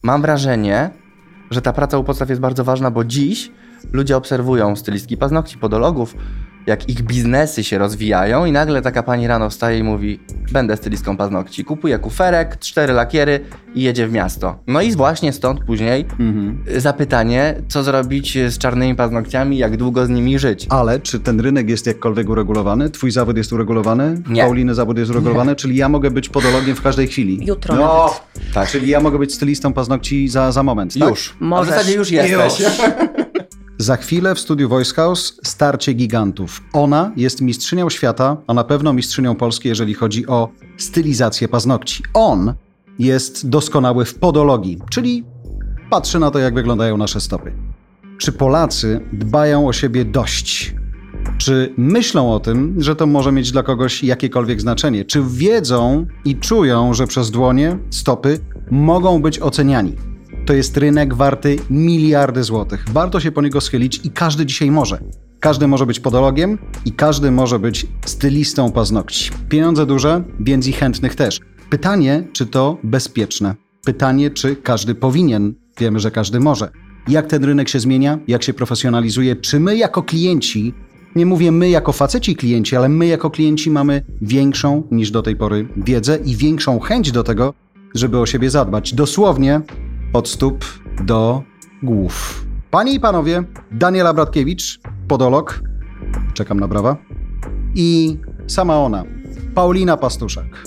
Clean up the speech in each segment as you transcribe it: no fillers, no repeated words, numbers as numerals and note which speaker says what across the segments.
Speaker 1: mam wrażenie, że ta praca u podstaw jest bardzo ważna, bo dziś ludzie obserwują stylistki paznokci, podologów, jak ich biznesy się rozwijają i nagle taka pani rano wstaje i mówi: będę stylistką paznokci, kupuje kuferek, 4 lakiery i jedzie w miasto. No i właśnie stąd później zapytanie, co zrobić z czarnymi paznokciami, jak długo z nimi żyć.
Speaker 2: Ale czy ten rynek jest jakkolwiek uregulowany? Twój zawód jest uregulowany?
Speaker 1: Nie.
Speaker 2: Pauliny zawód jest uregulowany? Nie. Czyli ja mogę być podologiem w każdej chwili?
Speaker 3: Jutro nawet.
Speaker 2: Tak. Czyli ja mogę być stylistą paznokci za moment, tak?
Speaker 1: Już.
Speaker 3: Możesz.
Speaker 1: A w zasadzie już jesteś.
Speaker 2: Za chwilę w studiu Voice House starcie gigantów. Ona jest mistrzynią świata, a na pewno mistrzynią Polski, jeżeli chodzi o stylizację paznokci. On jest doskonały w podologii, czyli patrzy na to, jak wyglądają nasze stopy. Czy Polacy dbają o siebie dość? Czy myślą o tym, że to może mieć dla kogoś jakiekolwiek znaczenie? Czy wiedzą i czują, że przez dłonie, stopy mogą być oceniani? To jest rynek warty miliardy złotych. Warto się po niego schylić i każdy dzisiaj może. Każdy może być podologiem i każdy może być stylistą paznokci. Pieniądze duże, więc i chętnych też. Pytanie, czy to bezpieczne? Pytanie, czy każdy powinien? Wiemy, że każdy może. Jak ten rynek się zmienia? Jak się profesjonalizuje? Czy my jako klienci, nie mówię my jako faceci klienci, ale my jako klienci mamy większą niż do tej pory wiedzę i większą chęć do tego, żeby o siebie zadbać. Dosłownie od stóp do głów. Panie i panowie, Daniela Bratkiewicz, podolog, czekam na brawa, i sama ona, Paulina Pastuszak.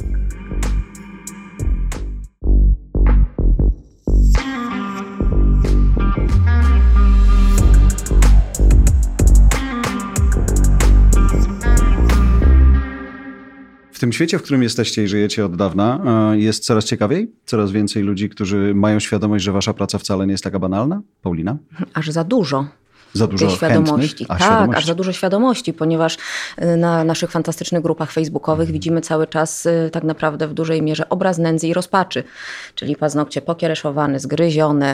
Speaker 2: W tym świecie, w którym jesteście i żyjecie od dawna, jest coraz ciekawiej? Coraz więcej ludzi, którzy mają świadomość, że wasza praca wcale nie jest taka banalna? Paulina?
Speaker 3: Aż za dużo.
Speaker 2: Za dużo
Speaker 3: tej świadomości.
Speaker 2: chętnych?
Speaker 3: Tak,
Speaker 2: świadomości.
Speaker 3: aż za dużo świadomości, ponieważ na naszych fantastycznych grupach facebookowych widzimy cały czas tak naprawdę w dużej mierze obraz nędzy i rozpaczy, czyli paznokcie pokiereszowane, zgryzione,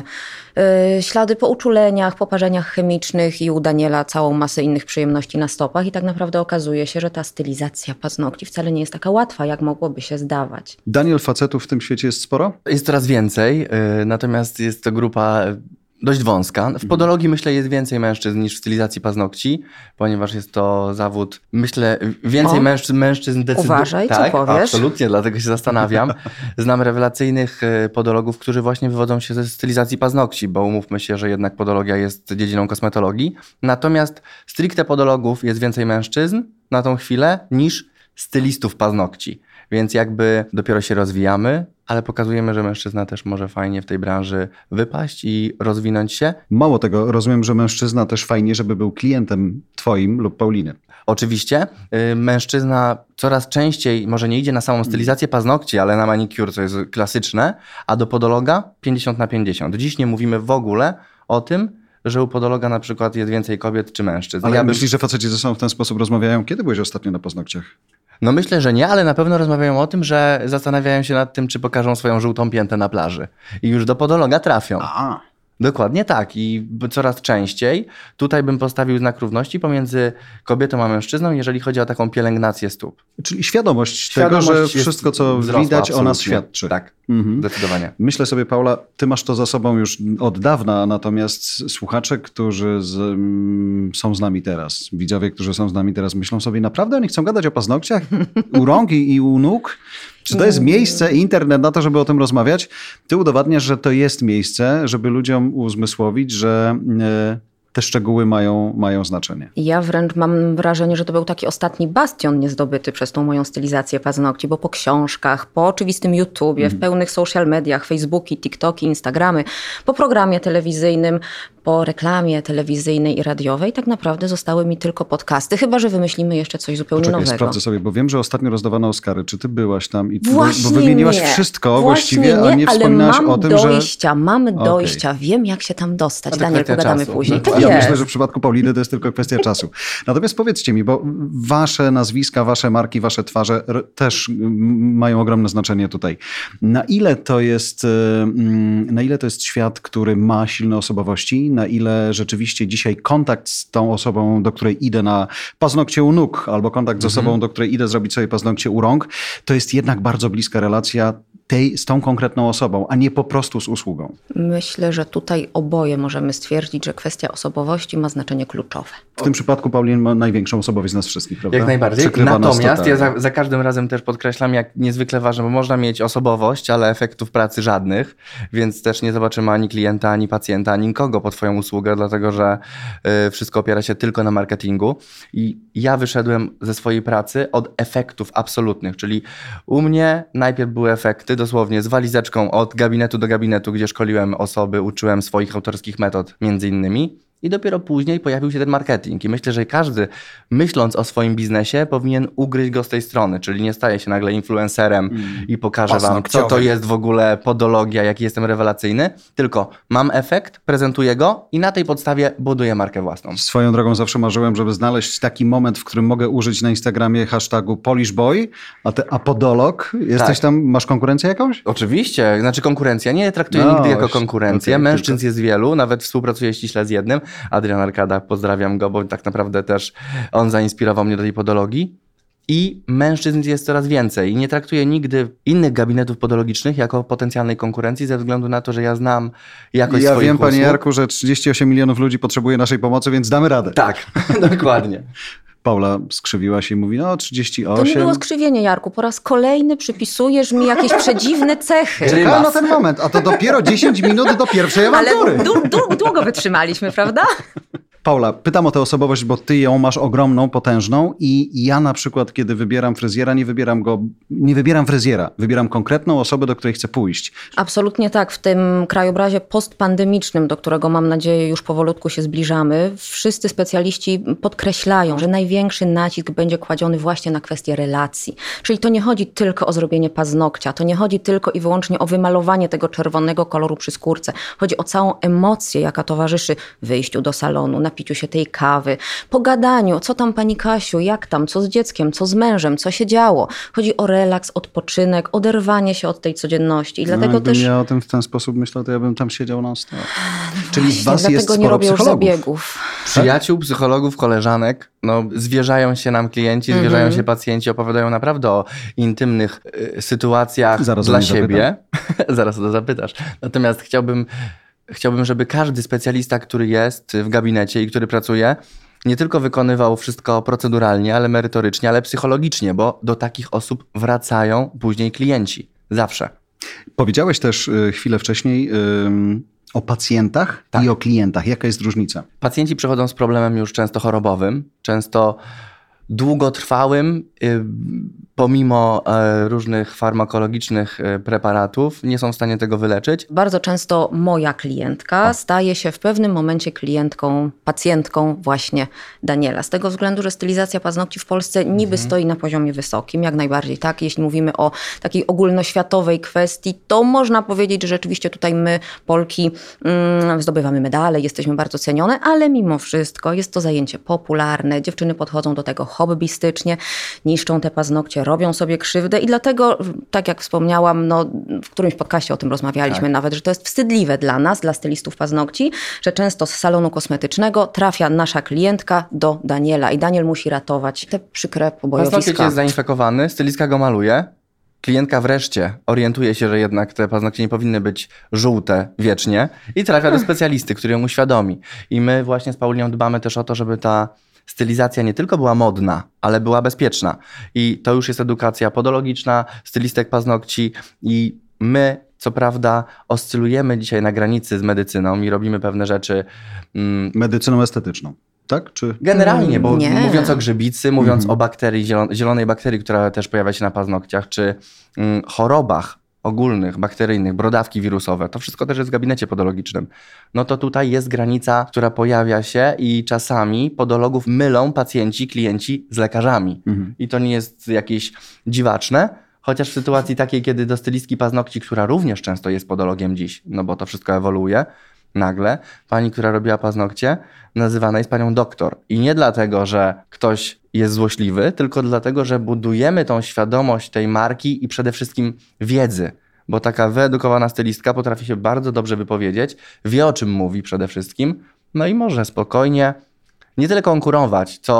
Speaker 3: ślady po uczuleniach, poparzeniach chemicznych i u Daniela całą masę innych przyjemności na stopach i tak naprawdę okazuje się, że ta stylizacja paznokci wcale nie jest taka łatwa, jak mogłoby się zdawać.
Speaker 2: Daniel, facetów w tym świecie jest sporo?
Speaker 1: Jest coraz więcej, natomiast jest to grupa dość wąska. W podologii, myślę, jest więcej mężczyzn niż w stylizacji paznokci, ponieważ jest to zawód, myślę, więcej mężczyzn decyduje.
Speaker 3: Uważaj,
Speaker 1: tak,
Speaker 3: co powiesz.
Speaker 1: Absolutnie, dlatego się zastanawiam. Znam rewelacyjnych podologów, którzy właśnie wywodzą się ze stylizacji paznokci, bo umówmy się, że jednak podologia jest dziedziną kosmetologii. Natomiast stricte podologów jest więcej mężczyzn na tą chwilę niż stylistów paznokci. Więc jakby dopiero się rozwijamy, ale pokazujemy, że mężczyzna też może fajnie w tej branży wypaść i rozwinąć się.
Speaker 2: Mało tego, rozumiem, że mężczyzna też fajnie, żeby był klientem twoim lub Pauliny.
Speaker 1: Oczywiście mężczyzna coraz częściej może nie idzie na samą stylizację paznokci, ale na manicure, co jest klasyczne, a do podologa 50/50. Dziś nie mówimy w ogóle o tym, że u podologa na przykład jest więcej kobiet czy mężczyzn.
Speaker 2: Ale myślisz, że faceci ze sobą w ten sposób rozmawiają? Kiedy byłeś ostatnio na paznokciach?
Speaker 1: No myślę, że nie, ale na pewno rozmawiają o tym, że zastanawiają się nad tym, czy pokażą swoją żółtą piętę na plaży. I już do podologa trafią. Dokładnie tak i coraz częściej tutaj bym postawił znak równości pomiędzy kobietą a mężczyzną, jeżeli chodzi o taką pielęgnację stóp.
Speaker 2: Czyli świadomość tego, że wszystko, co widać, o nas świadczy.
Speaker 1: Tak, zdecydowanie.
Speaker 2: Myślę sobie, Paula, ty masz to za sobą już od dawna, natomiast słuchacze, którzy są z nami teraz, widzowie, którzy są z nami teraz, myślą sobie, naprawdę oni chcą gadać o paznokciach, u rąk i u nóg? Czy to jest miejsce, internet na to, żeby o tym rozmawiać? Ty udowadniasz, że to jest miejsce, żeby ludziom uzmysłowić, że te szczegóły mają znaczenie.
Speaker 3: Ja wręcz mam wrażenie, że to był taki ostatni bastion niezdobyty przez tą moją stylizację paznokci, bo po książkach, po oczywistym YouTubie, w pełnych social mediach, Facebooki, TikToki, Instagramy, po programie telewizyjnym, po reklamie telewizyjnej i radiowej tak naprawdę zostały mi tylko podcasty, chyba że wymyślimy jeszcze coś zupełnie nowego.
Speaker 2: Sprawdzę sobie, bo wiem, że ostatnio rozdawano Oscary. Czy ty byłaś tam?
Speaker 3: Właśnie
Speaker 2: bo wymieniłaś wszystko właściwie, a nie wspominałaś o tym, że...
Speaker 3: Mam dojścia, wiem jak się tam dostać. Daniel, pogadamy później.
Speaker 2: Ja myślę, że w przypadku Pauliny to jest tylko kwestia czasu. Natomiast powiedzcie mi, bo wasze nazwiska, wasze marki, wasze twarze też mają ogromne znaczenie tutaj. Na ile to jest świat, który ma silne osobowości? Na ile rzeczywiście dzisiaj kontakt z tą osobą, do której idę na paznokcie u nóg, albo kontakt z osobą, do której idę zrobić sobie paznokcie u rąk, to jest jednak bardzo bliska relacja, z tą konkretną osobą, a nie po prostu z usługą?
Speaker 3: Myślę, że tutaj oboje możemy stwierdzić, że kwestia osobowości ma znaczenie kluczowe.
Speaker 2: W tym przypadku Paulin ma największą osobowość z nas wszystkich, prawda?
Speaker 1: Jak najbardziej.
Speaker 2: Przykrywa nas
Speaker 1: Natomiast ja
Speaker 2: totalnie.
Speaker 1: za każdym razem też podkreślam, jak niezwykle ważne, bo można mieć osobowość, ale efektów pracy żadnych, więc też nie zobaczymy ani klienta, ani pacjenta, ani nikogo po twoją usługę, dlatego że wszystko opiera się tylko na marketingu. I ja wyszedłem ze swojej pracy od efektów absolutnych, czyli u mnie najpierw były efekty, dosłownie z walizeczką od gabinetu do gabinetu, gdzie szkoliłem osoby, uczyłem swoich autorskich metod między innymi. I dopiero później pojawił się ten marketing. I myślę, że każdy, myśląc o swoim biznesie, powinien ugryźć go z tej strony, czyli nie staje się nagle influencerem i pokażę wam, co to jest w ogóle podologia, jaki jestem rewelacyjny, tylko mam efekt, prezentuję go i na tej podstawie buduję markę własną.
Speaker 2: Swoją drogą zawsze marzyłem, żeby znaleźć taki moment, w którym mogę użyć na Instagramie hashtagu PolishBoy, a podolog, jesteś tam, masz konkurencję jakąś?
Speaker 1: Oczywiście, znaczy konkurencja. Nie traktuję nigdy jako konkurencję. Mężczyzn jest wielu, nawet współpracuję ściśle z jednym. Adrian Arkada, pozdrawiam go, bo tak naprawdę też on zainspirował mnie do tej podologii. I mężczyzn jest coraz więcej. I nie traktuję nigdy innych gabinetów podologicznych jako potencjalnej konkurencji ze względu na to, że ja znam jakość swoich
Speaker 2: wiem,
Speaker 1: usług.
Speaker 2: panie Jarku, że 38 milionów ludzi potrzebuje naszej pomocy, więc damy radę.
Speaker 1: Tak, dokładnie.
Speaker 2: Paula skrzywiła się i mówi, 38.
Speaker 3: To nie było skrzywienie, Jarku. Po raz kolejny przypisujesz mi jakieś przedziwne cechy.
Speaker 2: Czekałem na ten moment, a to dopiero 10 minut do pierwszej awantury.
Speaker 3: Ale długo wytrzymaliśmy, prawda?
Speaker 2: Paula, pytam o tę osobowość, bo ty ją masz ogromną, potężną i ja na przykład, kiedy wybieram fryzjera, nie wybieram fryzjera, wybieram konkretną osobę, do której chcę pójść.
Speaker 3: Absolutnie tak. W tym krajobrazie postpandemicznym, do którego mam nadzieję już powolutku się zbliżamy, wszyscy specjaliści podkreślają, że największy nacisk będzie kładziony właśnie na kwestię relacji. Czyli to nie chodzi tylko o zrobienie paznokcia, to nie chodzi tylko i wyłącznie o wymalowanie tego czerwonego koloru przy skórce. Chodzi o całą emocję, jaka towarzyszy wyjściu do salonu, napiciu się tej kawy, pogadaniu, co tam pani Kasiu, jak tam, co z dzieckiem, co z mężem, co się działo. Chodzi o relaks, odpoczynek, oderwanie się od tej codzienności. I dlatego
Speaker 2: Jakbym
Speaker 3: też...
Speaker 2: ja o tym w ten sposób myślał, to ja bym tam siedział non-stop. Czyli
Speaker 3: Właśnie,
Speaker 2: z was jest
Speaker 3: dlatego nie
Speaker 2: sporo
Speaker 3: robię już
Speaker 2: psychologów.
Speaker 3: zabiegów.
Speaker 1: Przyjaciół, psychologów, koleżanek, zwierzają się nam klienci, zwierzają się pacjenci, opowiadają naprawdę o intymnych sytuacjach
Speaker 2: Zaraz
Speaker 1: dla
Speaker 2: o nie
Speaker 1: siebie. Zaraz o to zapytasz. Natomiast chciałbym, żeby każdy specjalista, który jest w gabinecie i który pracuje, nie tylko wykonywał wszystko proceduralnie, ale merytorycznie, ale psychologicznie, bo do takich osób wracają później klienci. Zawsze.
Speaker 2: Powiedziałeś też chwilę wcześniej o pacjentach i o klientach. Jaka jest różnica?
Speaker 1: Pacjenci przychodzą z problemem już często chorobowym, często długotrwałym, pomimo różnych farmakologicznych preparatów, nie są w stanie tego wyleczyć.
Speaker 3: Bardzo często moja klientka staje się w pewnym momencie klientką, pacjentką właśnie Daniela. Z tego względu, że stylizacja paznokci w Polsce niby stoi na poziomie wysokim, jak najbardziej tak. Jeśli mówimy o takiej ogólnoświatowej kwestii, to można powiedzieć, że rzeczywiście tutaj my, Polki, zdobywamy medale, jesteśmy bardzo cenione, ale mimo wszystko jest to zajęcie popularne. Dziewczyny podchodzą do tego hobbystycznie, niszczą te paznokcie, robią sobie krzywdę i dlatego, tak jak wspomniałam, w którymś podcaście o tym rozmawialiśmy nawet, że to jest wstydliwe dla nas, dla stylistów paznokci, że często z salonu kosmetycznego trafia nasza klientka do Daniela i Daniel musi ratować te przykre pobojowiska.
Speaker 1: Paznokieć jest zainfekowany, stylistka go maluje. Klientka wreszcie orientuje się, że jednak te paznokcie nie powinny być żółte wiecznie i trafia do specjalisty, który ją uświadomi. I my właśnie z Pauliną dbamy też o to, żeby ta stylizacja nie tylko była modna, ale była bezpieczna. I to już jest edukacja podologiczna, stylistek paznokci i my, co prawda, oscylujemy dzisiaj na granicy z medycyną i robimy pewne rzeczy.
Speaker 2: Medycyną estetyczną, tak? Czy...
Speaker 1: Generalnie, bo
Speaker 3: Nie.
Speaker 1: mówiąc o grzybicy, mówiąc o bakterii, zielonej bakterii, która też pojawia się na paznokciach, czy chorobach ogólnych, bakteryjnych, brodawki wirusowe, to wszystko też jest w gabinecie podologicznym. No to tutaj jest granica, która pojawia się i czasami podologów mylą pacjenci, klienci z lekarzami. I to nie jest jakieś dziwaczne, chociaż w sytuacji takiej, kiedy do stylistki paznokci, która również często jest podologiem dziś, no bo to wszystko ewoluuje, nagle pani, która robiła paznokcie, nazywana jest panią doktor. I nie dlatego, że ktoś jest złośliwy, tylko dlatego, że budujemy tą świadomość tej marki i przede wszystkim wiedzy. Bo taka wyedukowana stylistka potrafi się bardzo dobrze wypowiedzieć, wie o czym mówi przede wszystkim, no i może spokojnie nie tyle konkurować, co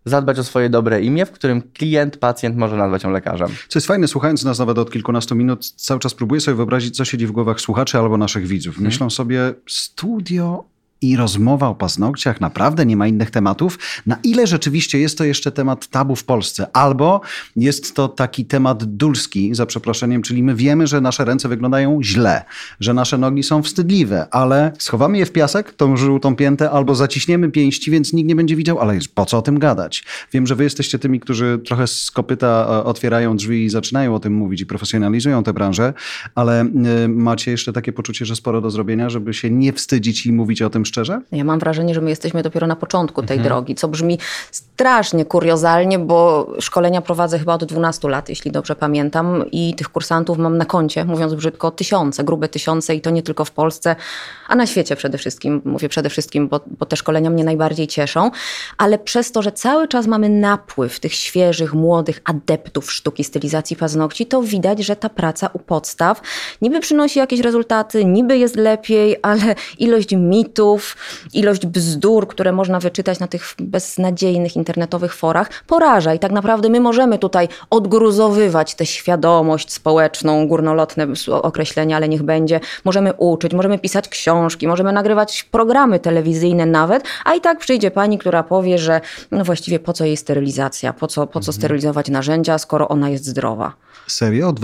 Speaker 1: zadbać o swoje dobre imię, w którym klient, pacjent może nazwać ją lekarzem.
Speaker 2: Co jest fajne, słuchając nas nawet od kilkunastu minut, cały czas próbuję sobie wyobrazić, co siedzi w głowach słuchaczy albo naszych widzów. Myślą sobie, studio i rozmowa o paznokciach, naprawdę nie ma innych tematów. Na ile rzeczywiście jest to jeszcze temat tabu w Polsce? Albo jest to taki temat dulski, za przeproszeniem, czyli my wiemy, że nasze ręce wyglądają źle, że nasze nogi są wstydliwe, ale schowamy je w piasek, tą żółtą piętę, albo zaciśniemy pięści, więc nikt nie będzie widział, ale po co o tym gadać? Wiem, że wy jesteście tymi, którzy trochę z kopyta otwierają drzwi i zaczynają o tym mówić i profesjonalizują tę branżę, ale macie jeszcze takie poczucie, że sporo do zrobienia, żeby się nie wstydzić i mówić o tym szczerze?
Speaker 3: Ja mam wrażenie, że my jesteśmy dopiero na początku tej drogi, co brzmi strasznie kuriozalnie, bo szkolenia prowadzę chyba od 12 lat, jeśli dobrze pamiętam, i tych kursantów mam na koncie, mówiąc brzydko, tysiące, grube tysiące, i to nie tylko w Polsce, a na świecie przede wszystkim. Mówię przede wszystkim, bo te szkolenia mnie najbardziej cieszą, ale przez to, że cały czas mamy napływ tych świeżych, młodych adeptów sztuki stylizacji paznokci, to widać, że ta praca u podstaw niby przynosi jakieś rezultaty, niby jest lepiej, ale ilość mitów, ilość bzdur, które można wyczytać na tych beznadziejnych internetowych forach, poraża. I tak naprawdę my możemy tutaj odgruzowywać tę świadomość społeczną, górnolotne określenia, ale niech będzie. Możemy uczyć, możemy pisać książki, możemy nagrywać programy telewizyjne nawet, a i tak przyjdzie pani, która powie, że no właściwie po co jej sterylizacja, po co sterylizować narzędzia, skoro ona jest zdrowa.
Speaker 2: Serio?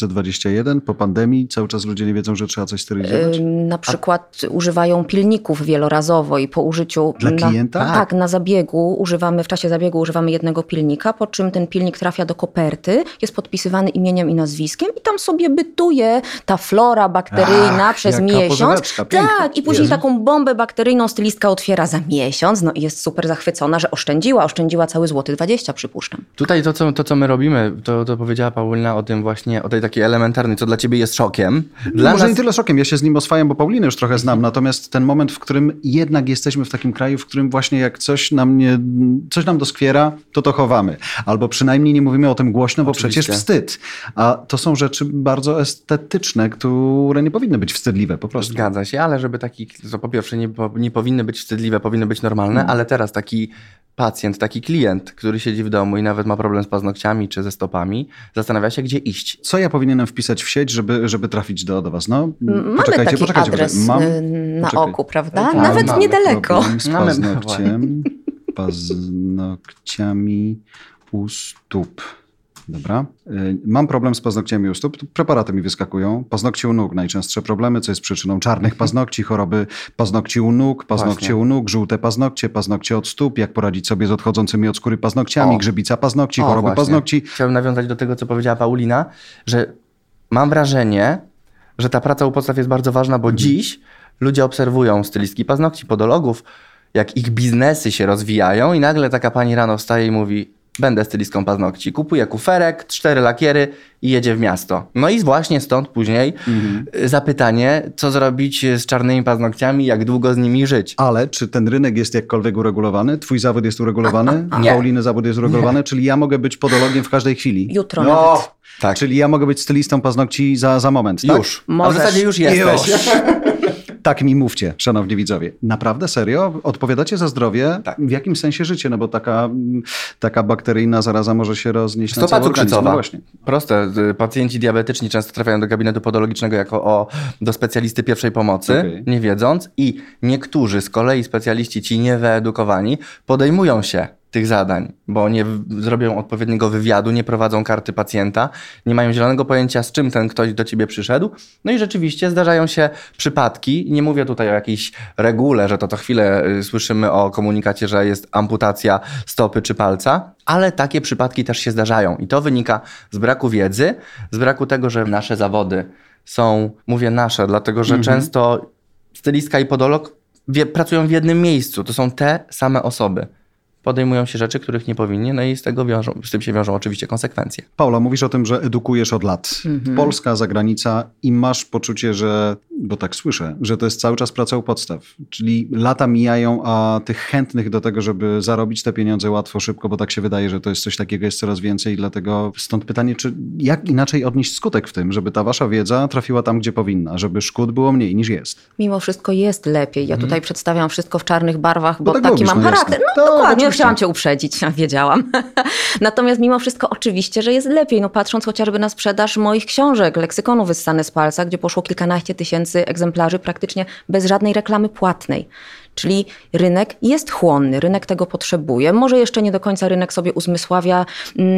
Speaker 2: 2021 po pandemii cały czas ludzie nie wiedzą, że trzeba coś sterylizować?
Speaker 3: Na przykład używają pilników wielorazowo i po użyciu...
Speaker 2: Dla klienta?
Speaker 3: Tak, na zabiegu w czasie zabiegu używamy jednego pilnika, po czym ten pilnik trafia do koperty, jest podpisywany imieniem i nazwiskiem i tam sobie bytuje ta flora bakteryjna przez miesiąc. Tak, i później taką bombę bakteryjną stylistka otwiera za miesiąc, no i jest super zachwycona, że oszczędziła cały złoty 20, przypuszczam.
Speaker 1: Tutaj to, co my robimy, to powiedziała Paulina o tym właśnie, o tej takiej elementarnej, co dla ciebie jest szokiem.
Speaker 2: Może nie tyle szokiem, ja się z nim oswajam, bo Paulinę już trochę znam, natomiast ten moment, w którym jednak jesteśmy w takim kraju, w którym właśnie jak coś nam doskwiera, to chowamy. Albo przynajmniej nie mówimy o tym głośno, bo przecież wstyd. A to są rzeczy bardzo estetyczne, które nie powinny być wstydliwe po prostu.
Speaker 1: Zgadza się, ale żeby to po pierwsze nie powinny być wstydliwe, powinny być normalne, ale teraz taki pacjent, taki klient, który siedzi w domu i nawet ma problem z paznokciami czy ze stopami, zastanawia się, gdzie iść.
Speaker 2: Co ja powinienem wpisać w sieć, żeby trafić do was? No,
Speaker 3: mamy taki adres na oku, prawda?
Speaker 1: Tak,
Speaker 3: nawet niedaleko.
Speaker 2: Z paznokciami u stóp. Dobra. Mam problem z paznokciami u stóp. Preparaty mi wyskakują. Paznokcie u nóg. Najczęstsze problemy, co jest przyczyną czarnych paznokci, choroby paznokci u nóg, żółte paznokcie od stóp, jak poradzić sobie z odchodzącymi od skóry paznokciami, grzybica paznokci, choroby paznokci.
Speaker 1: Chciałbym nawiązać do tego, co powiedziała Paulina, że mam wrażenie, że ta praca u podstaw jest bardzo ważna, bo dziś ludzie obserwują stylistki paznokci, podologów, jak ich biznesy się rozwijają i nagle taka pani rano wstaje i mówi: będę stylistką paznokci. Kupuje kuferek, 4 lakiery i jedzie w miasto. No i właśnie stąd później zapytanie, co zrobić z czarnymi paznokciami, jak długo z nimi żyć.
Speaker 2: Ale czy ten rynek jest jakkolwiek uregulowany? Twój zawód jest uregulowany?
Speaker 1: Nie.
Speaker 2: Pauliny zawód jest uregulowany? Czyli ja mogę być podologiem w każdej chwili?
Speaker 3: Jutro nawet.
Speaker 2: Tak. Czyli ja mogę być stylistą paznokci za moment, tak?
Speaker 1: Już. A w zasadzie już jesteś.
Speaker 2: Tak mi mówcie, szanowni widzowie. Naprawdę, serio? Odpowiadacie za zdrowie?
Speaker 1: Tak.
Speaker 2: W jakim sensie życie? No bo taka bakteryjna zaraza może się roznieść na cały organizm. No właśnie.
Speaker 1: Proste. Pacjenci diabetyczni często trafiają do gabinetu podologicznego do specjalisty pierwszej pomocy, nie wiedząc. I niektórzy z kolei specjaliści, ci niewyedukowani, podejmują się tych zadań, bo nie zrobią odpowiedniego wywiadu, nie prowadzą karty pacjenta, nie mają zielonego pojęcia, z czym ten ktoś do ciebie przyszedł. No i rzeczywiście zdarzają się przypadki, nie mówię tutaj o jakiejś regule, że to chwilę słyszymy o komunikacie, że jest amputacja stopy czy palca, ale takie przypadki też się zdarzają i to wynika z braku wiedzy, z braku tego, że nasze zawody są, mówię nasze, dlatego że często stylistka i podolog pracują w jednym miejscu, to są te same osoby. Podejmują się rzeczy, których nie powinni, no i z tym się wiążą oczywiście konsekwencje.
Speaker 2: Paula, mówisz o tym, że edukujesz od lat. Polska, zagranica i masz poczucie, że, bo tak słyszę, że to jest cały czas praca u podstaw. Czyli lata mijają, a tych chętnych do tego, żeby zarobić te pieniądze łatwo, szybko, bo tak się wydaje, że to jest coś takiego, jest coraz więcej. Dlatego stąd pytanie, jak inaczej odnieść skutek w tym, żeby ta wasza wiedza trafiła tam, gdzie powinna, żeby szkód było mniej niż jest.
Speaker 3: Mimo wszystko jest lepiej. Ja tutaj przedstawiam wszystko w czarnych barwach, bo
Speaker 2: tak
Speaker 3: taki
Speaker 2: lubisz,
Speaker 3: mam charakter.
Speaker 2: Jasne.
Speaker 3: Dokładnie. musiałam cię uprzedzić, wiedziałam. Natomiast mimo wszystko oczywiście, że jest lepiej. No patrząc chociażby na sprzedaż moich książek, leksykonu wyssane z palca, gdzie poszło kilkanaście tysięcy egzemplarzy praktycznie bez żadnej reklamy płatnej. Czyli rynek jest chłonny, rynek tego potrzebuje. Może jeszcze nie do końca rynek sobie uzmysławia,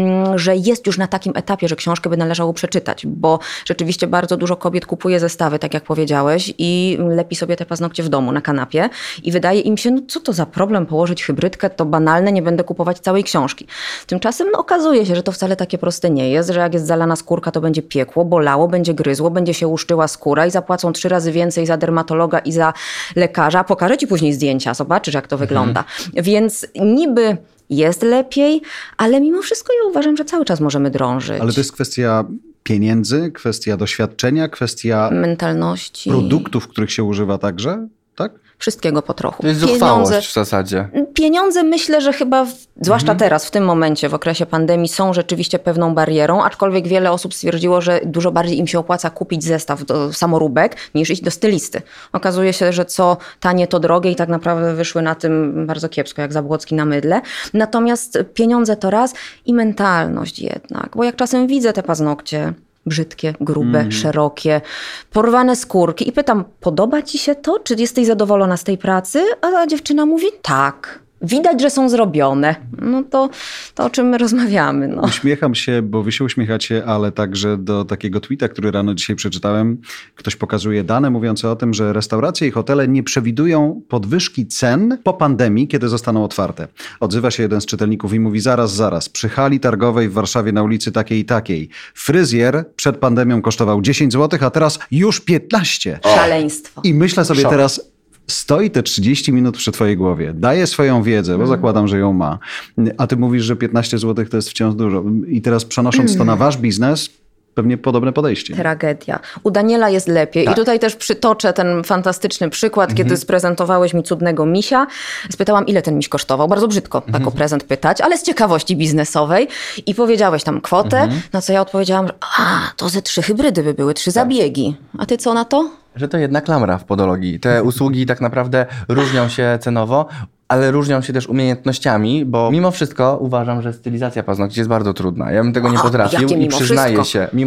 Speaker 3: że jest już na takim etapie, że książkę by należało przeczytać, bo rzeczywiście bardzo dużo kobiet kupuje zestawy, tak jak powiedziałeś, i lepi sobie te paznokcie w domu na kanapie i wydaje im się, no co to za problem położyć hybrydkę, to banalne, nie będę kupować całej książki. Tymczasem okazuje się, że to wcale takie proste nie jest, że jak jest zalana skórka, to będzie piekło, bolało, będzie gryzło, będzie się łuszczyła skóra i zapłacą 3 razy więcej za dermatologa i za lekarza. Pokażę ci później zdjęcia, zobaczysz jak to wygląda. Więc niby jest lepiej, ale mimo wszystko ja uważam, że cały czas możemy drążyć.
Speaker 2: Ale to jest kwestia pieniędzy, kwestia doświadczenia, kwestia
Speaker 3: mentalności,
Speaker 2: produktów, których się używa także, tak?
Speaker 3: Wszystkiego po trochu.
Speaker 1: To jest zuchwałość w zasadzie.
Speaker 3: Pieniądze myślę, że chyba, zwłaszcza teraz, w tym momencie, w okresie pandemii, są rzeczywiście pewną barierą, aczkolwiek wiele osób stwierdziło, że dużo bardziej im się opłaca kupić zestaw do samoróbek, niż iść do stylisty. Okazuje się, że co tanie, to drogie i tak naprawdę wyszły na tym bardzo kiepsko, jak Zabłocki na mydle. Natomiast pieniądze to raz i mentalność jednak, bo jak czasem widzę te paznokcie, brzydkie, grube, szerokie, porwane skórki i pytam, podoba ci się to? Czy jesteś zadowolona z tej pracy? A dziewczyna mówi, tak. Widać, że są zrobione. No to o czym my rozmawiamy. No.
Speaker 2: Uśmiecham się, bo wy się uśmiechacie, ale także do takiego tweeta, który rano dzisiaj przeczytałem. Ktoś pokazuje dane mówiące o tym, że restauracje i hotele nie przewidują podwyżki cen po pandemii, kiedy zostaną otwarte. Odzywa się jeden z czytelników i mówi zaraz. Przy hali targowej w Warszawie na ulicy takiej i takiej fryzjer przed pandemią kosztował 10 zł, a teraz już 15.
Speaker 3: Szaleństwo.
Speaker 2: I myślę sobie
Speaker 1: Szok.
Speaker 2: teraz, stoi te 30 minut przy twojej głowie, daje swoją wiedzę, bo zakładam, że ją ma, a ty mówisz, że 15 zł to jest wciąż dużo. I teraz przenosząc to na wasz biznes, pewnie podobne podejście.
Speaker 3: Tragedia. U Daniela jest lepiej.
Speaker 2: Tak.
Speaker 3: I tutaj też przytoczę ten fantastyczny przykład, kiedy sprezentowałeś mi cudnego misia. Spytałam, ile ten miś kosztował. Bardzo brzydko tak o prezent pytać, ale z ciekawości biznesowej. I powiedziałeś tam kwotę, na co ja odpowiedziałam, że to ze 3 hybrydy by były, 3 zabiegi. A ty co na to?
Speaker 1: Że to jedna klamra w podologii. Te usługi tak naprawdę różnią się cenowo, ale różnią się też umiejętnościami, bo mimo wszystko uważam, że stylizacja paznokci jest bardzo trudna. Ja bym tego nie potrafił
Speaker 3: jakie
Speaker 1: i
Speaker 3: mimo
Speaker 1: przyznaję
Speaker 3: wszystko?
Speaker 1: się.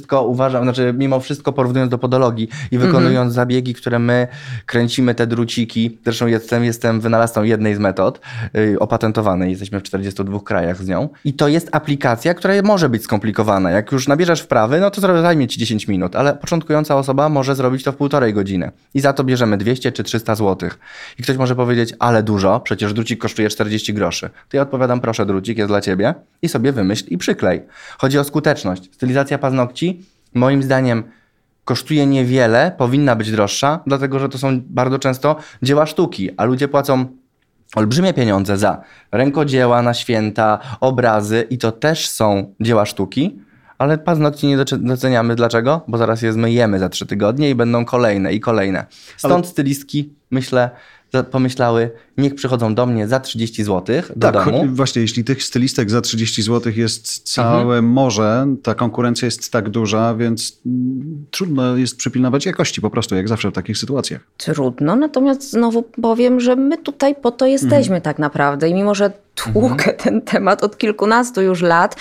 Speaker 1: Mimo wszystko porównując do podologii i wykonując zabiegi, które my kręcimy te druciki. Zresztą jestem wynalazcą jednej z metod opatentowanej. Jesteśmy w 42 krajach z nią. I to jest aplikacja, która może być skomplikowana. Jak już nabierzesz wprawy, no to zajmie ci 10 minut, ale początkująca osoba może zrobić to w 1,5 godziny. I za to bierzemy 200 czy 300 zł. I ktoś może powiedzieć, ale dużo, przecież drucik kosztuje 40 groszy. To ja odpowiadam, proszę, drucik jest dla ciebie i sobie wymyśl i przyklej. Chodzi o skuteczność. Stylizacja paznokci, moim zdaniem, kosztuje niewiele, powinna być droższa, dlatego że to są bardzo często dzieła sztuki, a ludzie płacą olbrzymie pieniądze za rękodzieła na święta, obrazy i to też są dzieła sztuki, ale paznokci nie doceniamy. Dlaczego? Bo zaraz je zmyjemy za 3 tygodnie i będą kolejne i kolejne. Stąd stylistki, myślę, pomyślały, niech przychodzą do mnie za 30 zł do domu.
Speaker 2: Właśnie, jeśli tych stylistek za 30 zł jest całe morze, ta konkurencja jest tak duża, więc trudno jest przypilnować jakości po prostu, jak zawsze w takich sytuacjach.
Speaker 3: Trudno, natomiast znowu powiem, że my tutaj po to jesteśmy tak naprawdę i mimo, że tłukę ten temat od kilkunastu już lat,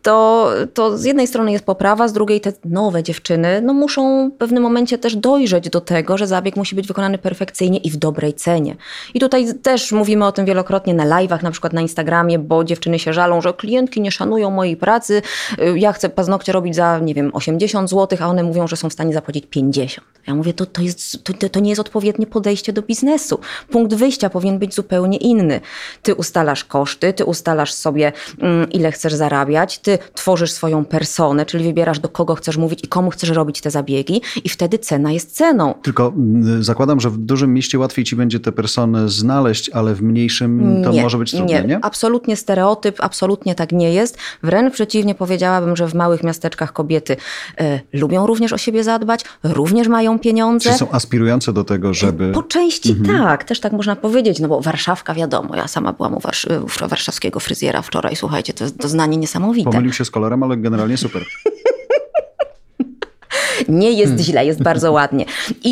Speaker 3: to z jednej strony jest poprawa, z drugiej te nowe dziewczyny muszą w pewnym momencie też dojrzeć do tego, że zabieg musi być wykonany perfekcyjnie i w dobrej cenie. I tutaj też mówimy o tym wielokrotnie na live'ach, na przykład na Instagramie, bo dziewczyny się żalą, że klientki nie szanują mojej pracy, ja chcę paznokcie robić za, 80 zł, a one mówią, że są w stanie zapłacić 50. Ja mówię, to nie jest odpowiednie podejście do biznesu. Punkt wyjścia powinien być zupełnie inny. Ty ustalasz koszty, ty ustalasz sobie, ile chcesz zarabiać, ty tworzysz swoją personę, czyli wybierasz, do kogo chcesz mówić i komu chcesz robić te zabiegi i wtedy cena jest ceną.
Speaker 2: Tylko zakładam, że w dużym mieście łatwiej ci będzie tę personę znaleźć, ale w mniejszym to może być trudne, nie?
Speaker 3: Absolutnie stereotyp, absolutnie tak nie jest. Wręcz przeciwnie, powiedziałabym, że w małych miasteczkach kobiety lubią również o siebie zadbać, również mają pieniądze.
Speaker 2: Czy są aspirujące do tego, żeby...
Speaker 3: Po części tak, też tak można powiedzieć, no bo Warszawka wiadomo, ja sama byłam u warszawskiego fryzjera wczoraj, słuchajcie, to jest doznanie niesamowite.
Speaker 2: Pomylił się z kolorem, ale generalnie super.
Speaker 3: Nie jest źle, jest bardzo ładnie.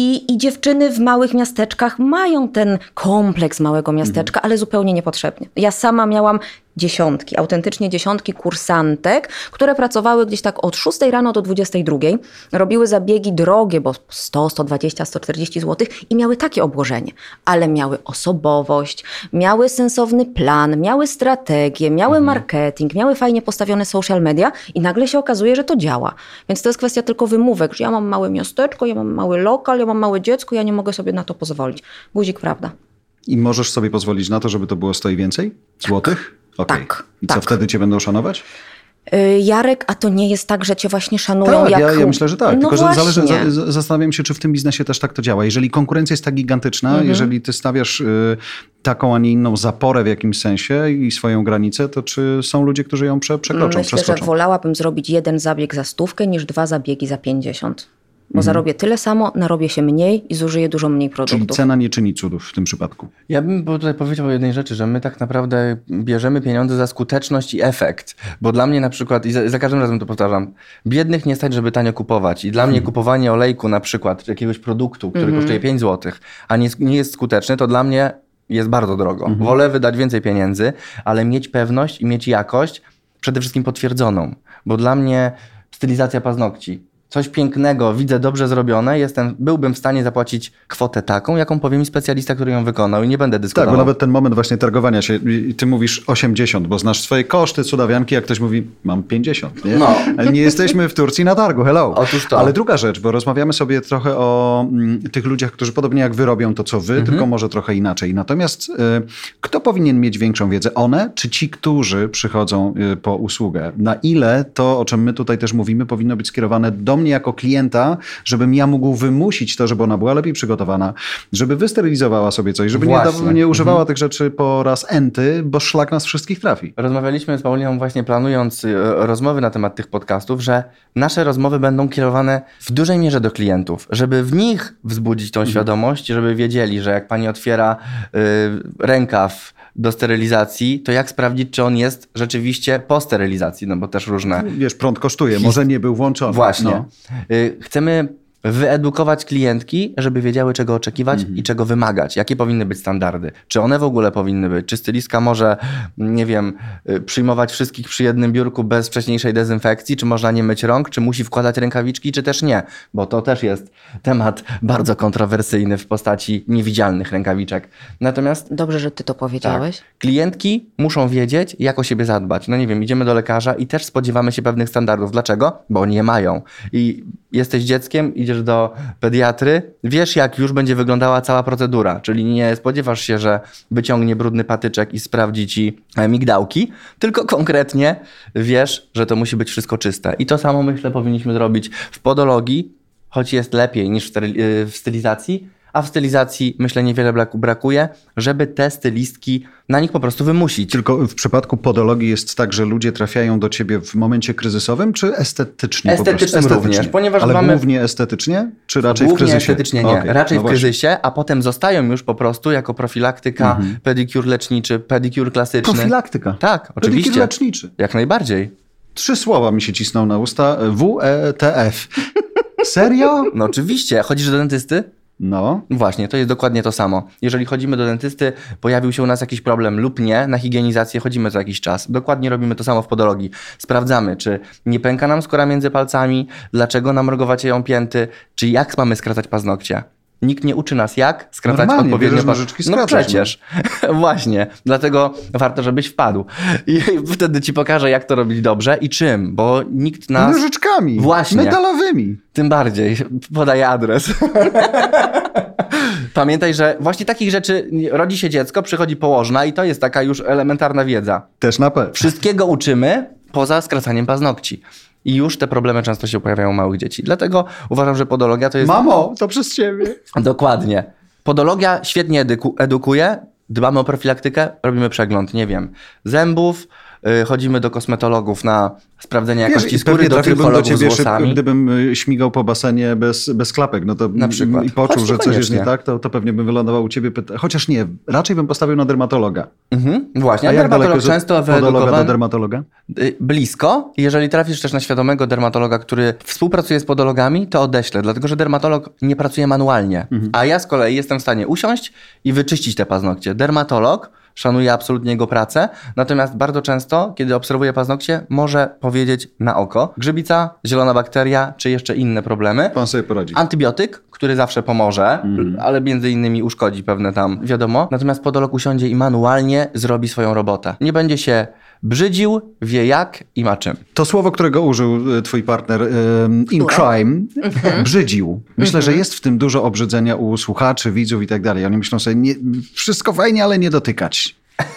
Speaker 3: I dziewczyny w małych miasteczkach mają ten kompleks małego miasteczka, ale zupełnie niepotrzebnie. Ja sama miałam autentycznie dziesiątki kursantek, które pracowały gdzieś tak od 6 rano do 22. Robiły zabiegi drogie, bo 100, 120, 140 zł i miały takie obłożenie, ale miały osobowość, miały sensowny plan, miały strategię, miały marketing, miały fajnie postawione social media i nagle się okazuje, że to działa. Więc to jest kwestia tylko wymówek, że ja mam małe miasteczko, ja mam mały lokal, ja mam małe dziecko, ja nie mogę sobie na to pozwolić. Guzik, prawda.
Speaker 2: I możesz sobie pozwolić na to, żeby to było 100 i więcej złotych? Okay.
Speaker 3: Tak.
Speaker 2: I co, wtedy cię będą szanować?
Speaker 3: Jarek, a to nie jest tak, że cię właśnie szanują
Speaker 2: tak,
Speaker 3: jak...
Speaker 2: ja myślę, że tak.
Speaker 3: No
Speaker 2: tylko,
Speaker 3: właśnie.
Speaker 2: że zastanawiam się, czy w tym biznesie też tak to działa. Jeżeli konkurencja jest tak gigantyczna, jeżeli ty stawiasz taką, a nie inną zaporę w jakimś sensie i swoją granicę, to czy są ludzie, którzy ją przekroczą,
Speaker 3: Myślę, że wolałabym zrobić 1 zabieg za 100 niż 2 zabiegi za 50. Bo zarobię tyle samo, narobię się mniej i zużyję dużo mniej produktów.
Speaker 2: Czyli cena nie czyni cudów w tym przypadku.
Speaker 1: Ja bym tutaj powiedział o jednej rzeczy, że my tak naprawdę bierzemy pieniądze za skuteczność i efekt. Bo dla mnie na przykład, i za każdym razem to powtarzam, biednych nie stać, żeby tanio kupować. I dla mnie kupowanie olejku na przykład, czy jakiegoś produktu, który kosztuje 5 zł, a nie jest skuteczny, to dla mnie jest bardzo drogo. Wolę wydać więcej pieniędzy, ale mieć pewność i mieć jakość przede wszystkim potwierdzoną. Bo dla mnie stylizacja paznokci, coś pięknego, widzę dobrze zrobione, byłbym w stanie zapłacić kwotę taką, jaką powie mi specjalista, który ją wykonał i nie będę dyskutował.
Speaker 2: Tak, bo nawet ten moment właśnie targowania się, ty mówisz 80, bo znasz swoje koszty, cudawianki, jak ktoś mówi, mam 50. Nie?
Speaker 1: No.
Speaker 2: Ale nie jesteśmy w Turcji na targu, hello.
Speaker 1: Otóż to.
Speaker 2: Ale druga rzecz, bo rozmawiamy sobie trochę o tych ludziach, którzy podobnie jak wy robią to, co wy, tylko może trochę inaczej. Natomiast kto powinien mieć większą wiedzę? One, czy ci, którzy przychodzą po usługę? Na ile to, o czym my tutaj też mówimy, powinno być skierowane do mnie jako klienta, żebym ja mógł wymusić to, żeby ona była lepiej przygotowana, żeby wysterylizowała sobie coś, żeby nie używała tych rzeczy po raz enty, bo szlak nas wszystkich trafi.
Speaker 1: Rozmawialiśmy z Pauliną właśnie planując rozmowy na temat tych podcastów, że nasze rozmowy będą kierowane w dużej mierze do klientów, żeby w nich wzbudzić tą świadomość, żeby wiedzieli, że jak pani otwiera rękaw do sterylizacji, to jak sprawdzić, czy on jest rzeczywiście po sterylizacji, no bo też różne...
Speaker 2: Wiesz, prąd kosztuje, może nie był włączony.
Speaker 1: Właśnie.
Speaker 2: No.
Speaker 1: Chcemy wyedukować klientki, żeby wiedziały, czego oczekiwać i czego wymagać. Jakie powinny być standardy? Czy one w ogóle powinny być? Czy stylistka może, nie wiem, przyjmować wszystkich przy jednym biurku bez wcześniejszej dezynfekcji? Czy można nie myć rąk? Czy musi wkładać rękawiczki? Czy też nie? Bo to też jest temat bardzo kontrowersyjny w postaci niewidzialnych rękawiczek. Natomiast...
Speaker 3: Dobrze, że ty to powiedziałeś.
Speaker 1: Tak, klientki muszą wiedzieć, jak o siebie zadbać. No nie wiem, idziemy do lekarza i też spodziewamy się pewnych standardów. Dlaczego? Bo oni je mają. I jesteś dzieckiem, idziesz do pediatry, wiesz, jak już będzie wyglądała cała procedura, czyli nie spodziewasz się, że wyciągnie brudny patyczek i sprawdzi ci migdałki, tylko konkretnie wiesz, że to musi być wszystko czyste. I to samo, myślę, powinniśmy zrobić w podologii, choć jest lepiej niż w stylizacji, a w stylizacji, myślę, niewiele brakuje, żeby te stylistki na nich po prostu wymusić.
Speaker 2: Tylko w przypadku podologii jest tak, że ludzie trafiają do ciebie w momencie kryzysowym, czy estetycznie?
Speaker 1: Estetycznie również, ponieważ
Speaker 2: ale
Speaker 1: mamy...
Speaker 2: głównie estetycznie, czy raczej
Speaker 1: głównie
Speaker 2: w kryzysie?
Speaker 1: Estetycznie nie, raczej w kryzysie, a potem zostają już po prostu jako profilaktyka, pedikur leczniczy, pedikur klasyczny.
Speaker 2: Profilaktyka?
Speaker 1: Tak, oczywiście.
Speaker 2: Pedikur leczniczy?
Speaker 1: Jak najbardziej.
Speaker 2: 3 słowa mi się cisną na usta. WETF. Serio?
Speaker 1: No oczywiście. Chodzisz do dentysty?
Speaker 2: No.
Speaker 1: Właśnie, to jest dokładnie to samo. Jeżeli chodzimy do dentysty, pojawił się u nas jakiś problem lub nie, na higienizację chodzimy co jakiś czas. Dokładnie robimy to samo w podologii. Sprawdzamy, czy nie pęka nam skóra między palcami, dlaczego nam mrugowacieją pięty, czy jak mamy skracać paznokcie. Nikt nie uczy nas, jak skracać odpowiednio
Speaker 2: nożyczki,
Speaker 1: no przecież. Właśnie. Dlatego warto, żebyś wpadł. I wtedy ci pokażę, jak to robić dobrze i czym, bo nikt nas...
Speaker 2: Nożyczkami.
Speaker 1: Właśnie.
Speaker 2: Metalowymi.
Speaker 1: Tym bardziej. Podaję adres. Pamiętaj, że właśnie takich rzeczy rodzi się dziecko, przychodzi położna i to jest taka już elementarna wiedza.
Speaker 2: Też na pewno.
Speaker 1: Wszystkiego uczymy poza skracaniem paznokci. I już te problemy często się pojawiają u małych dzieci. Dlatego uważam, że podologia to jest...
Speaker 2: Mamo, to przez ciebie.
Speaker 1: Dokładnie. Podologia świetnie edukuje. Dbamy o profilaktykę, robimy przegląd, nie wiem, zębów, chodzimy do kosmetologów na sprawdzenie jakości
Speaker 2: Wiesz,
Speaker 1: skóry, do trychologów z włosami.
Speaker 2: Gdybym śmigał po basenie bez klapek, no to
Speaker 1: Na przykład.
Speaker 2: i poczuł, że coś jest nie
Speaker 1: Koniecznie.
Speaker 2: tak, to pewnie bym wylądował u ciebie. Chociaż nie, raczej bym postawił na dermatologa.
Speaker 1: Właśnie,
Speaker 2: A jak
Speaker 1: dermatolog
Speaker 2: daleko
Speaker 1: często
Speaker 2: jest od podologa do
Speaker 1: wyedukowany.
Speaker 2: dermatologa?
Speaker 1: Blisko. Jeżeli trafisz też na świadomego dermatologa, który współpracuje z podologami, to odeślę, dlatego że dermatolog nie pracuje manualnie. A ja z kolei jestem w stanie usiąść i wyczyścić te paznokcie. Dermatolog szanuje absolutnie jego pracę, natomiast bardzo często, kiedy obserwuje paznokcie, może powiedzieć na oko grzybica, zielona bakteria, czy jeszcze inne problemy.
Speaker 2: Pan sobie poradzi.
Speaker 1: Antybiotyk, który zawsze pomoże, ale między innymi uszkodzi pewne tam, wiadomo. Natomiast podolog usiądzie i manualnie zrobi swoją robotę. Nie będzie się brzydził, wie jak i ma czym.
Speaker 2: To słowo, którego użył twój partner in crime, brzydził. Myślę, że jest w tym dużo obrzydzenia u słuchaczy, widzów i tak dalej. Oni myślą sobie, wszystko fajnie, ale nie dotykać.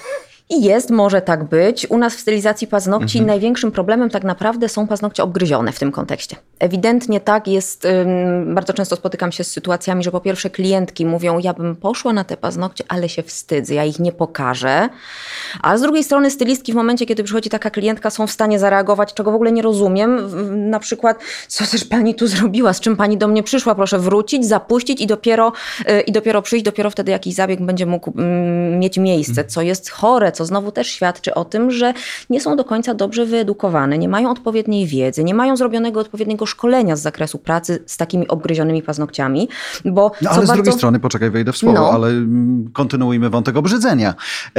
Speaker 3: I może tak być. U nas w stylizacji paznokci największym problemem tak naprawdę są paznokcie obgryzione w tym kontekście. Ewidentnie tak jest, bardzo często spotykam się z sytuacjami, że po pierwsze klientki mówią, ja bym poszła na te paznokcie, ale się wstydzę, ja ich nie pokażę. A z drugiej strony stylistki w momencie, kiedy przychodzi taka klientka, są w stanie zareagować, czego w ogóle nie rozumiem. Na przykład, co też pani tu zrobiła, z czym pani do mnie przyszła, proszę wrócić, zapuścić i dopiero przyjść, dopiero wtedy jakiś zabieg będzie mógł mieć miejsce, co jest chore, co znowu też świadczy o tym, że nie są do końca dobrze wyedukowane, nie mają odpowiedniej wiedzy, nie mają zrobionego odpowiedniego szkolenia z zakresu pracy z takimi obgryzionymi paznokciami, bo
Speaker 2: No ale z drugiej strony, poczekaj, wejdę w słowo, ale kontynuujmy wątek obrzydzenia.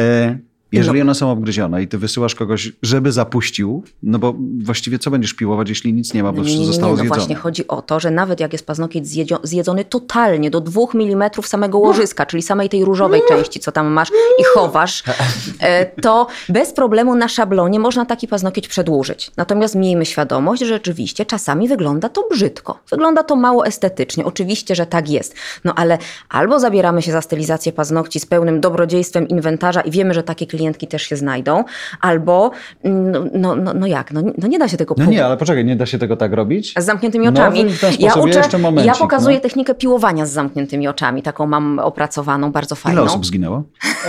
Speaker 2: Jeżeli one są obgryzione i ty wysyłasz kogoś, żeby zapuścił, no bo właściwie co będziesz piłować, jeśli nic nie ma, bo wszystko zostało zjedzone?
Speaker 3: No właśnie chodzi o to, że nawet jak jest paznokieć zjedzony totalnie do 2 mm samego łożyska, czyli samej tej różowej części, co tam masz i chowasz, to bez problemu na szablonie można taki paznokieć przedłużyć. Natomiast miejmy świadomość, że rzeczywiście czasami wygląda to brzydko. Wygląda to mało estetycznie. Oczywiście, że tak jest. No ale albo zabieramy się za stylizację paznokci z pełnym dobrodziejstwem inwentarza i wiemy, że takie klientki też się znajdą, albo no nie da się tego...
Speaker 2: No nie, ale poczekaj, nie da się tego tak robić?
Speaker 3: Z zamkniętymi oczami.
Speaker 2: W ten sposób,
Speaker 3: ja pokazuję technikę piłowania z zamkniętymi oczami. Taką mam opracowaną, bardzo fajną.
Speaker 2: Ile osób zginęło?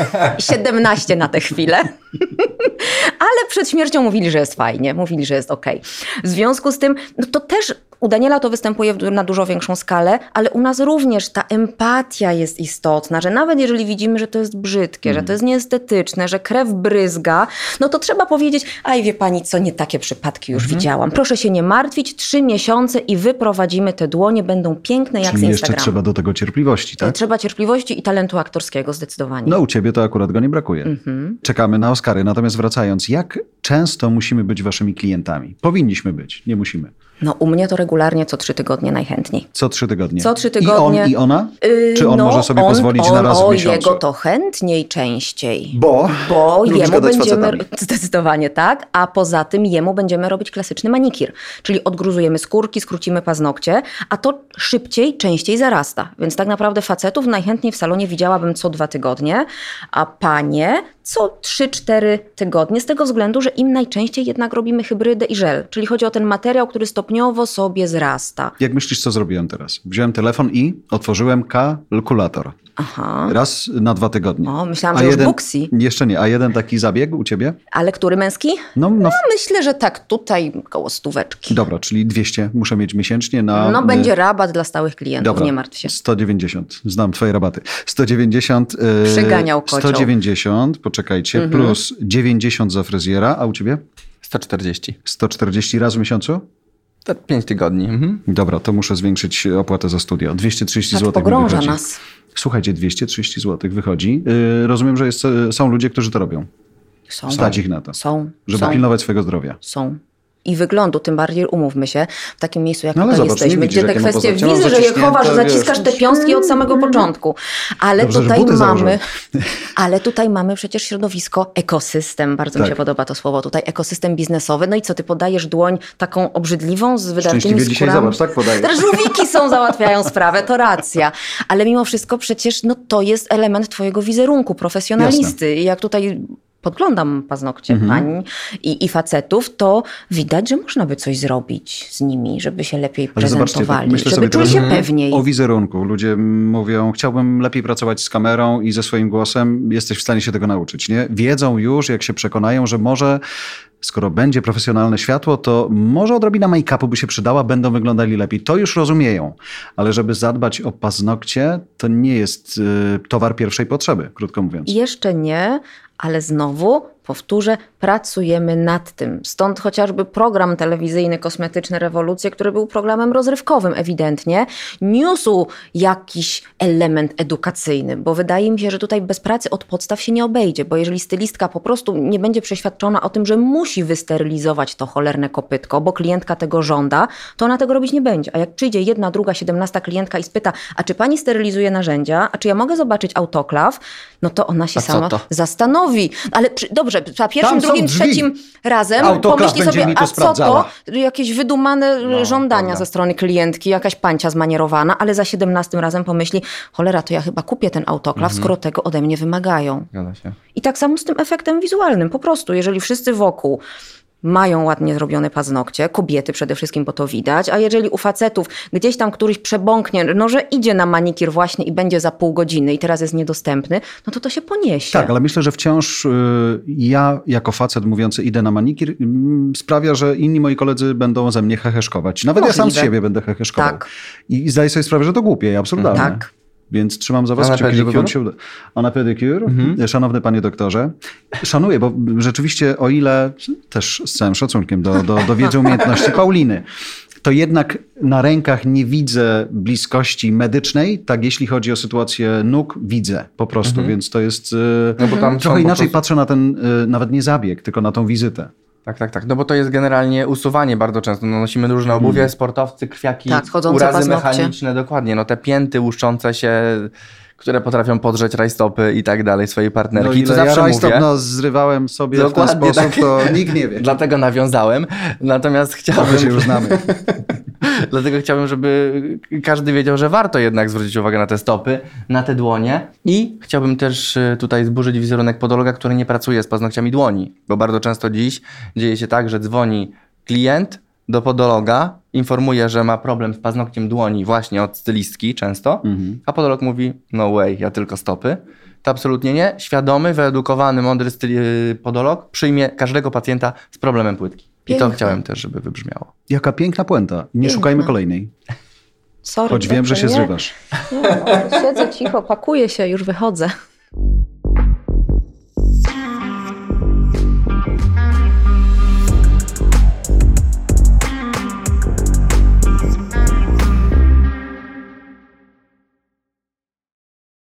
Speaker 3: 17 na tę chwilę. Ale przed śmiercią mówili, że jest fajnie. Mówili, że jest okej. W związku z tym, no to też u Daniela to występuje na dużo większą skalę, ale u nas również ta empatia jest istotna, że nawet jeżeli widzimy, że to jest brzydkie, że to jest nieestetyczne, że krew bryzga, no to trzeba powiedzieć, aj wie pani co, nie takie przypadki już widziałam. Proszę się nie martwić, 3 miesiące i wyprowadzimy te dłonie, będą piękne jak z
Speaker 2: Czyli
Speaker 3: Instagrama.
Speaker 2: jeszcze trzeba do tego cierpliwości, tak?
Speaker 3: Trzeba cierpliwości i talentu aktorskiego zdecydowanie.
Speaker 2: No u ciebie to akurat go nie brakuje. Czekamy na Oscary. Natomiast wracając, jak często musimy być waszymi klientami? Powinniśmy być, nie musimy.
Speaker 3: No u mnie to regularnie co 3 tygodnie najchętniej.
Speaker 2: Co 3 tygodnie?
Speaker 3: Co 3 tygodnie.
Speaker 2: I on, i ona? Czy on może sobie pozwolić na raz w miesiącu?
Speaker 3: Jego to chętniej częściej.
Speaker 2: Bo
Speaker 3: jemu będziemy... Zdecydowanie tak. A poza tym jemu będziemy robić klasyczny manikir. Czyli odgruzujemy skórki, skrócimy paznokcie, a to szybciej, częściej zarasta. Więc tak naprawdę facetów najchętniej w salonie widziałabym co 2 tygodnie, a panie co 3-4 tygodnie. Z tego względu, że im najczęściej jednak robimy hybrydę i żel. Czyli chodzi o ten materiał, który stopniowo sobie zrasta.
Speaker 2: Jak myślisz, co zrobiłem teraz? Wziąłem telefon i otworzyłem kalkulator.
Speaker 3: Aha.
Speaker 2: Raz na 2 tygodnie.
Speaker 3: O, myślałam, że już Buxi.
Speaker 2: Jeszcze nie. A jeden taki zabieg u ciebie?
Speaker 3: Ale który męski?
Speaker 2: No,
Speaker 3: myślę, że tak tutaj koło 100.
Speaker 2: Dobra, czyli 200 muszę mieć miesięcznie na...
Speaker 3: No będzie rabat dla stałych klientów,
Speaker 2: dobra,
Speaker 3: nie martw się.
Speaker 2: 190. Znam twoje rabaty. 190...
Speaker 3: Przyganiał kocioł.
Speaker 2: 190, poczekajcie, plus 90 za fryzjera, a u ciebie?
Speaker 1: 140.
Speaker 2: 140 raz w miesiącu?
Speaker 1: To 5 tygodni.
Speaker 2: Dobra, to muszę zwiększyć opłatę za studio. 230 zł
Speaker 3: pogrąża
Speaker 2: wychodzi.
Speaker 3: nas.
Speaker 2: Słuchajcie, 230 zł wychodzi. Rozumiem, że są ludzie, którzy to robią. Stać ich na to. Żeby pilnować swojego zdrowia.
Speaker 3: Są. I wyglądu, tym bardziej umówmy się, w takim miejscu jak
Speaker 2: no
Speaker 3: tutaj
Speaker 2: zobacz,
Speaker 3: jesteśmy,
Speaker 2: widzisz,
Speaker 3: gdzie te kwestie, widzę, że je chowasz, zaciskasz te piąstki od samego początku. Ale
Speaker 2: dobrze,
Speaker 3: tutaj mamy przecież środowisko, ekosystem, bardzo mi się podoba to słowo tutaj, ekosystem biznesowy. No i co, ty podajesz dłoń taką obrzydliwą, z wydartymi skórami?
Speaker 2: dzisiaj zobacz, tak podajesz.
Speaker 3: Też żółwiki załatwiają sprawę, to racja. Ale mimo wszystko przecież to jest element twojego wizerunku, profesjonalisty. I jak tutaj podglądam paznokcie pań i facetów, to widać, że można by coś zrobić z nimi, żeby się lepiej prezentowali, żeby czuli się pewniej.
Speaker 2: O wizerunku. Ludzie mówią, chciałbym lepiej pracować z kamerą i ze swoim głosem. Jesteś w stanie się tego nauczyć, nie? Wiedzą już, jak się przekonają, że może, skoro będzie profesjonalne światło, to może odrobina make-upu by się przydała, będą wyglądali lepiej. To już rozumieją. Ale żeby zadbać o paznokcie, to nie jest towar pierwszej potrzeby, krótko mówiąc.
Speaker 3: Jeszcze nie, ale znowu powtórzę, pracujemy nad tym. Stąd chociażby program telewizyjny Kosmetyczne Rewolucje, który był programem rozrywkowym ewidentnie, niósł jakiś element edukacyjny, bo wydaje mi się, że tutaj bez pracy od podstaw się nie obejdzie, bo jeżeli stylistka po prostu nie będzie przeświadczona o tym, że musi wysterylizować to cholerne kopytko, bo klientka tego żąda, to ona tego robić nie będzie. A jak przyjdzie 1., 2., 17 klientka i spyta, a czy pani sterylizuje narzędzia, a czy ja mogę zobaczyć autoklaw, no to ona się sama zastanowi. Ale dobrze, za pierwszym, drugim, trzecim razem pomyśli sobie, a co to? Jakieś wydumane żądania ze strony klientki, jakaś pancia zmanierowana, ale za 17 razem pomyśli, cholera, to ja chyba kupię ten autoklaw, skoro tego ode mnie wymagają.
Speaker 1: Zgadza się.
Speaker 3: I tak samo z tym efektem wizualnym. Po prostu, jeżeli wszyscy wokół mają ładnie zrobione paznokcie, kobiety przede wszystkim, bo to widać, a jeżeli u facetów gdzieś tam któryś przebąknie, no że idzie na manikir właśnie i będzie za pół godziny i teraz jest niedostępny, no to się poniesie.
Speaker 2: Tak, ale myślę, że wciąż ja jako facet mówiący idę na manikir sprawia, że inni moi koledzy będą ze mnie heheszkować. Nawet ja sam z siebie będę heheszkował. Tak. I zdaję sobie sprawę, że to głupie, absurdalne.
Speaker 3: Tak.
Speaker 2: Więc trzymam za was kciuki, żeby wam się uda. A na pedicure? Szanowny panie doktorze, szanuję, bo rzeczywiście o ile, też z całym szacunkiem do wiedzy umiejętności Pauliny, to jednak na rękach nie widzę bliskości medycznej, tak jeśli chodzi o sytuację nóg, widzę po prostu, więc to jest... No bo tam trochę inaczej patrzę na ten, nawet nie zabieg, tylko na tą wizytę.
Speaker 1: Tak. No bo to jest generalnie usuwanie bardzo często. No, nosimy różne obuwie, sportowcy, krwiaki, urazy mechaniczne, dokładnie. No te pięty łuszczące się, które potrafią podrzeć rajstopy i tak dalej swojej partnerki.
Speaker 2: No, co zawsze ja rajstop zrywałem sobie dokładnie w ten sposób, to nikt nie wie.
Speaker 1: Dlatego nawiązałem. Natomiast chciałbym...
Speaker 2: się już znamy.
Speaker 1: Dlatego chciałbym, żeby każdy wiedział, że warto jednak zwrócić uwagę na te stopy, na te dłonie. I chciałbym też tutaj zburzyć wizerunek podologa, który nie pracuje z paznokciami dłoni. Bo bardzo często dziś dzieje się tak, że dzwoni klient do podologa, informuje, że ma problem z paznokciem dłoni właśnie od stylistki często, a podolog mówi, no way, ja tylko stopy. To absolutnie nie. Świadomy, wyedukowany, mądry podolog przyjmie każdego pacjenta z problemem płytki. Piękne. I to chciałem też, żeby wybrzmiało.
Speaker 2: Jaka piękna puenta. Nie szukajmy kolejnej.
Speaker 3: Sorry,
Speaker 2: choć wiem, że się zrywasz.
Speaker 3: Nie, siedzę cicho, pakuję się, już wychodzę.